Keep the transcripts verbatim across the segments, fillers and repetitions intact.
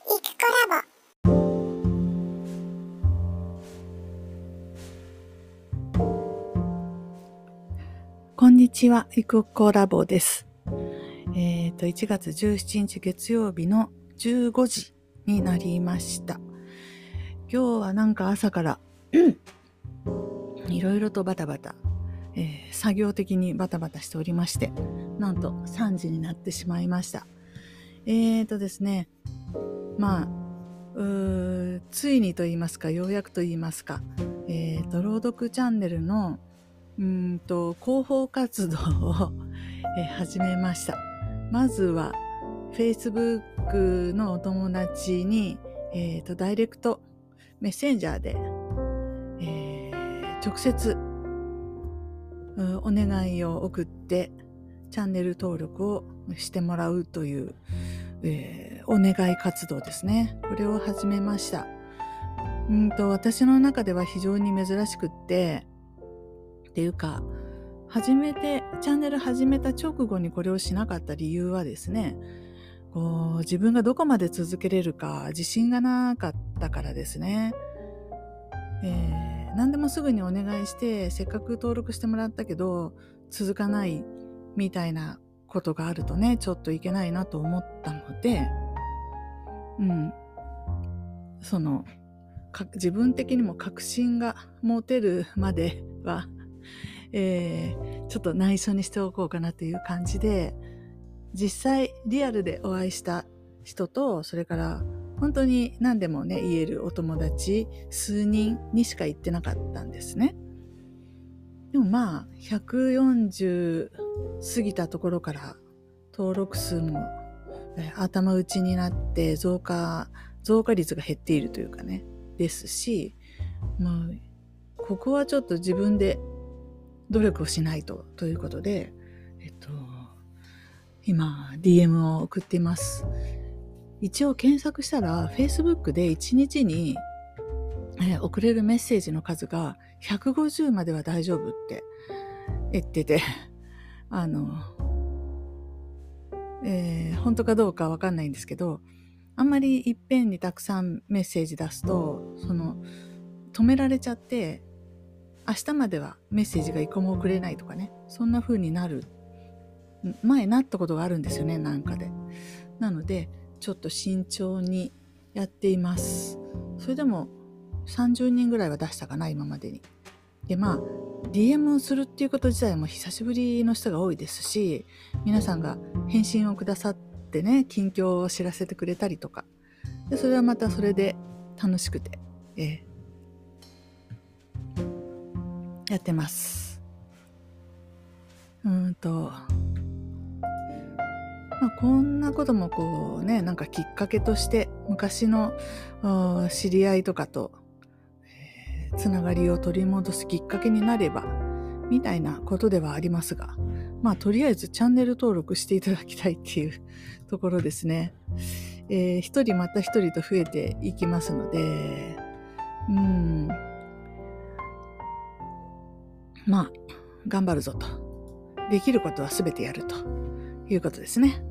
イクコラボ。 こんにちは、イクコラボです。えっと、いちがつじゅうしちにち月曜日のじゅうごじになりました。今日はなんか朝からいろいろとバタバタ、えー、作業的にバタバタしておりまして、なんとさんじになってしまいました。えーとですね、まあ、うーついにと言いますか、ようやくと言いますか、えーと、朗読チャンネルのうーんと広報活動を、えー、始めました。まずは Facebook のお友達に、えーと、ダイレクトメッセンジャーで、えー、直接お願いを送ってチャンネル登録をしてもらうという、えー、お願い活動ですね。これを始めました。うんと私の中では非常に珍しくってっていうか始めてチャンネル始めた直後にこれをしなかった理由はですね、こう自分がどこまで続けれるか自信がなかったからですね。えー、何でもすぐにお願いしてせっかく登録してもらったけど続かないみたいなことがあるとね、ちょっといけないなと思ったので、うんその自分的にも確信が持てるまでは、えー、ちょっと内緒にしておこうかなという感じで、実際リアルでお会いした人と、それから本当に何でもね言えるお友達数人にしか言ってなかったんですね。でもまあひゃくよんじゅう過ぎたところから登録数も、えー、頭打ちになって増加増加率が減っているというかねですし、まあここはちょっと自分で努力をしないとということで、えっと今 ディーエム を送っています。一応検索したら Facebook でいちにちに、えー、送れるメッセージの数がひゃくごじゅうまでは大丈夫って言っててあの、えー、本当かどうかわかんないんですけど、あんまりいっぺんにたくさんメッセージ出すとその止められちゃって明日まではメッセージがいっこも送れないとかね、そんな風になる前なったことがあるんですよね、なんかで。なのでちょっと慎重にやっています。それでもさんじゅうにんぐらいは出したかな、今までに。でまあ ディーエム をするっていうこと自体も久しぶりの人が多いですし、皆さんが返信をくださってね、近況を知らせてくれたりとかで、それはまたそれで楽しくて、えー、やってます。うーんとまあ、こんなこともこうね、なんかきっかけとして昔の知り合いとかと、えー、つながりを取り戻すきっかけになればみたいなことではありますが、まあとりあえずチャンネル登録していただきたいっていうところですね。えー、一人また一人と増えていきますので、うーんまあ頑張るぞと、できることは全てやるということですね。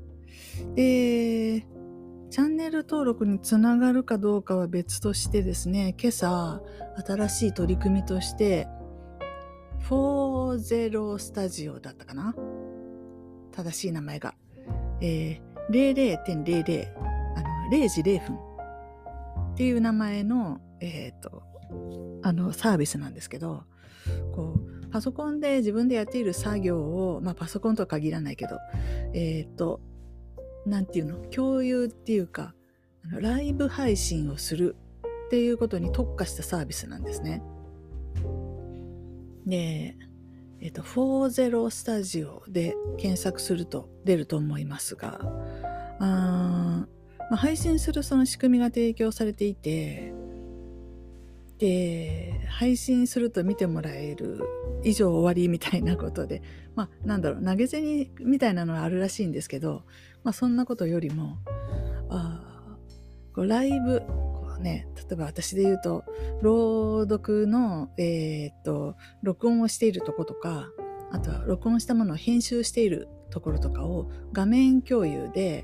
で、チャンネル登録につながるかどうかは別としてですね、今朝新しい取り組みとしてフォーゼロスタジオだったかな、正しい名前が、えー、ゼロゼロてんゼロゼロ あのれいじぜろふんっていう名前の、えーと、あのサービスなんですけど、こうパソコンで自分でやっている作業を、まあパソコンとは限らないけど、えーとなんていうの、共有っていうかライブ配信をするっていうことに特化したサービスなんですね。で、えっと、フォーゼロスタジオで検索すると出ると思いますが、あ、まあ、配信するその仕組みが提供されていて、で配信すると見てもらえる以上終わりみたいなことで、まあなんだろう、投げ銭みたいなのがあるらしいんですけど、まあそんなことよりも、あこうライブこうね、例えば私で言うと朗読のえー、っと録音をしているとことか、あとは録音したものを編集しているところとかを画面共有で、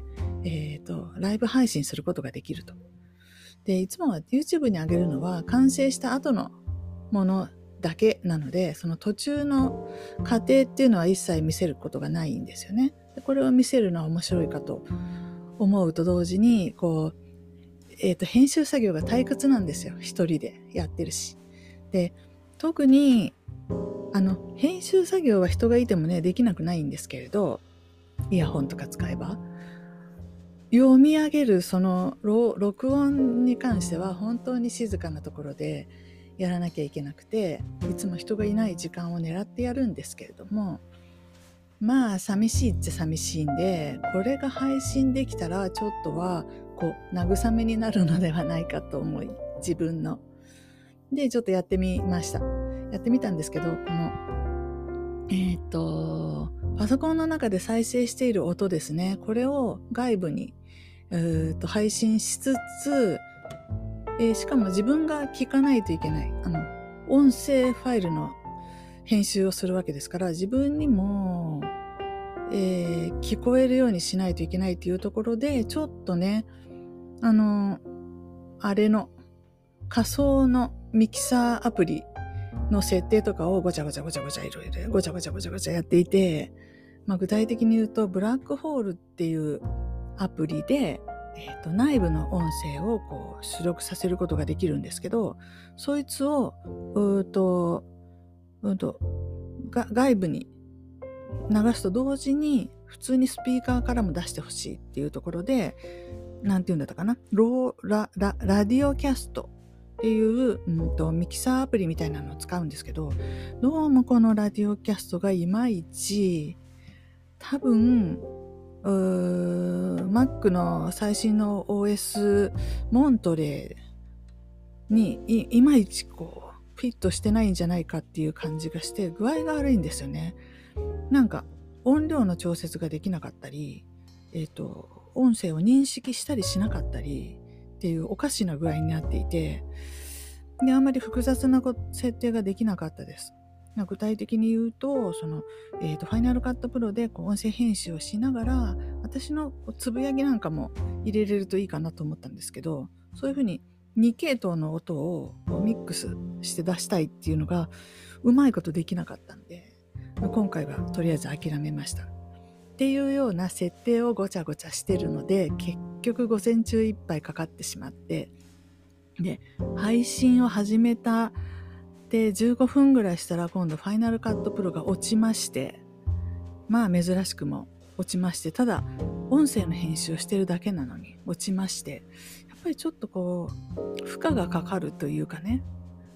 えーと、ライブ配信することができると。で、いつもは YouTube に上げるのは完成した後のものだけなので、その途中の過程っていうのは一切見せることがないんですよね。でこれを見せるのは面白いかと思うと同時に、こう、えーと、編集作業が退屈なんですよ。一人でやってるし。で、特に、あの、編集作業は人がいてもね、できなくないんですけれど、イヤホンとか使えば。読み上げるその録音に関しては本当に静かなところでやらなきゃいけなくて、いつも人がいない時間を狙ってやるんですけれども、まあ寂しいっちゃ寂しいんで、これが配信できたらちょっとはこう慰めになるのではないかと思い、自分のでちょっとやってみましたやってみたんですけど、このえっとパソコンの中で再生している音ですね、これを外部にえーと配信しつつ、えー、しかも自分が聞かないといけない、あの音声ファイルの編集をするわけですから、自分にも、えー、聞こえるようにしないといけないというところで、ちょっとね、あのあれの仮想のミキサーアプリの設定とかをごちゃごちゃごちゃごちゃいろいろごちゃごちゃごちゃごちゃやっていて、まあ、具体的に言うとブラックホールっていうアプリで、えーと、内部の音声をこう出力させることができるんですけど、そいつをうーとうーとが外部に流すと同時に普通にスピーカーからも出してほしいっていうところで、なんていうんだったかな、ローラララディオキャストっていう、うんと、ミキサーアプリみたいなのを使うんですけど、どうもこのラディオキャストがいまいち、多分うー Mac の最新の オーエス モントレーに い, いまいちこうフィットしてないんじゃないかっていう感じがして、具合が悪いんですよね。なんか音量の調節ができなかったり、えーと、音声を認識したりしなかったりっていうおかしな具合になっていて、であんまり複雑な設定ができなかったです。具体的に言うと、その、えーと、ファイナルカットプロでこう音声編集をしながら、私のつぶやきなんかも入れれるといいかなと思ったんですけど、そういうふうにに系統の音をミックスして出したいっていうのがうまいことできなかったんで、今回はとりあえず諦めましたっていうような設定をごちゃごちゃしてるので、結局午前中いっぱいかかってしまって、で配信を始めたでじゅうごふんぐらいしたら今度ファイナルカットプロが落ちまして、まあ珍しくも落ちまして、ただ音声の編集をしてるだけなのに落ちまして、やっぱりちょっとこう負荷がかかるというかね、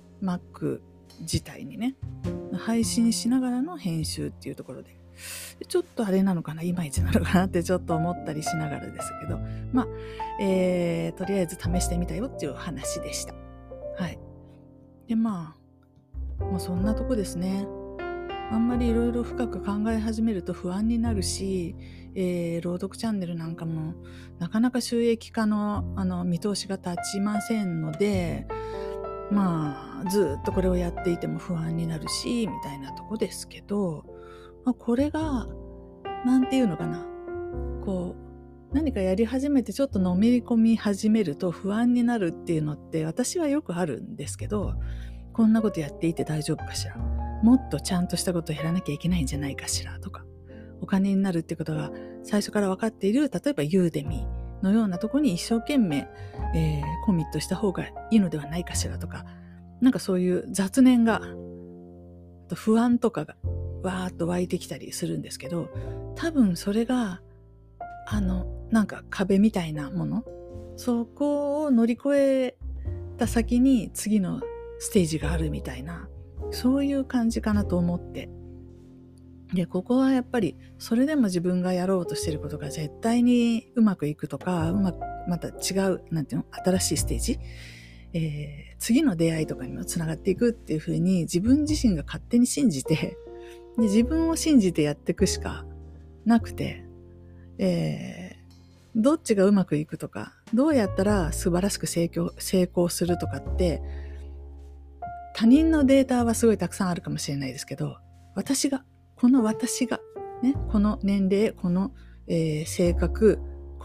Mac 自体にね、配信しながらの編集っていうところでちょっとあれなのかな、いまいちなのかなってちょっと思ったりしながらですけど、まあ、えー、とりあえず試してみたよっていう話でした。はい。でまあまあ、そんなとこですね。あんまりいろいろ深く考え始めると不安になるし、えー、朗読チャンネルなんかもなかなか収益化の、あの見通しが立ちませんので、まあずっとこれをやっていても不安になるしみたいなとこですけど、まあ、これがなんていうのかな、こう何かやり始めてちょっとのめり込み始めると不安になるっていうのって私はよくあるんですけど、こんなことやっていて大丈夫かしら、もっとちゃんとしたことをやらなきゃいけないんじゃないかしらとか、お金になるってことが最初から分かっている、例えばユーデミーのようなところに一生懸命、えー、コミットした方がいいのではないかしらとか、なんかそういう雑念が、不安とかがわーっと湧いてきたりするんですけど、多分それがあのなんか壁みたいなもの、そこを乗り越えた先に次のステージがあるみたいな、そういう感じかなと思って、でここはやっぱりそれでも自分がやろうとしていることが絶対にうまくいくとか、うまくまた違うなんていうの新しいステージ、えー、次の出会いとかにもつながっていくっていう風に自分自身が勝手に信じて、で自分を信じてやっていくしかなくて、えーどっちがうまくいくとか、どうやったら素晴らしく成功、成功するとかって、他人のデータはすごいたくさんあるかもしれないですけど、私が、この私が、ね、この年齢、この、えー、性格、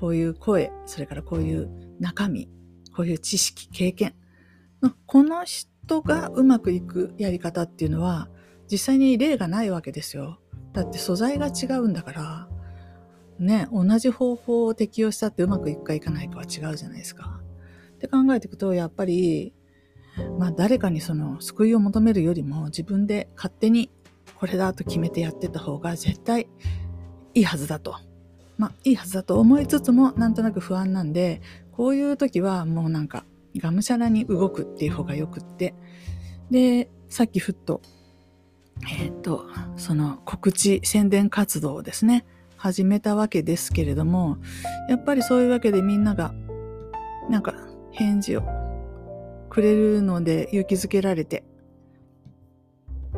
こういう声、それからこういう中身、こういう知識、経験のこの人がうまくいくやり方っていうのは実際に例がないわけですよ。だって素材が違うんだからね、同じ方法を適用したってうまくいくかいかないかは違うじゃないですか。って考えていくとやっぱりまあ誰かにその救いを求めるよりも自分で勝手にこれだと決めてやってた方が絶対いいはずだと。まあいいはずだと思いつつもなんとなく不安なんで、こういう時はもうなんかがむしゃらに動くっていう方がよくって。で、さっきふっと、えっと、その告知宣伝活動をですね、始めたわけですけれども、やっぱりそういうわけでみんながなんか返事をくれるので勇気づけられて、うん、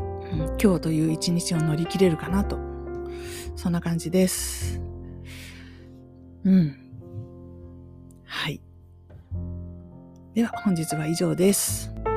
今日という一日を乗り切れるかなと、そんな感じです。うん。はい。では本日は以上です。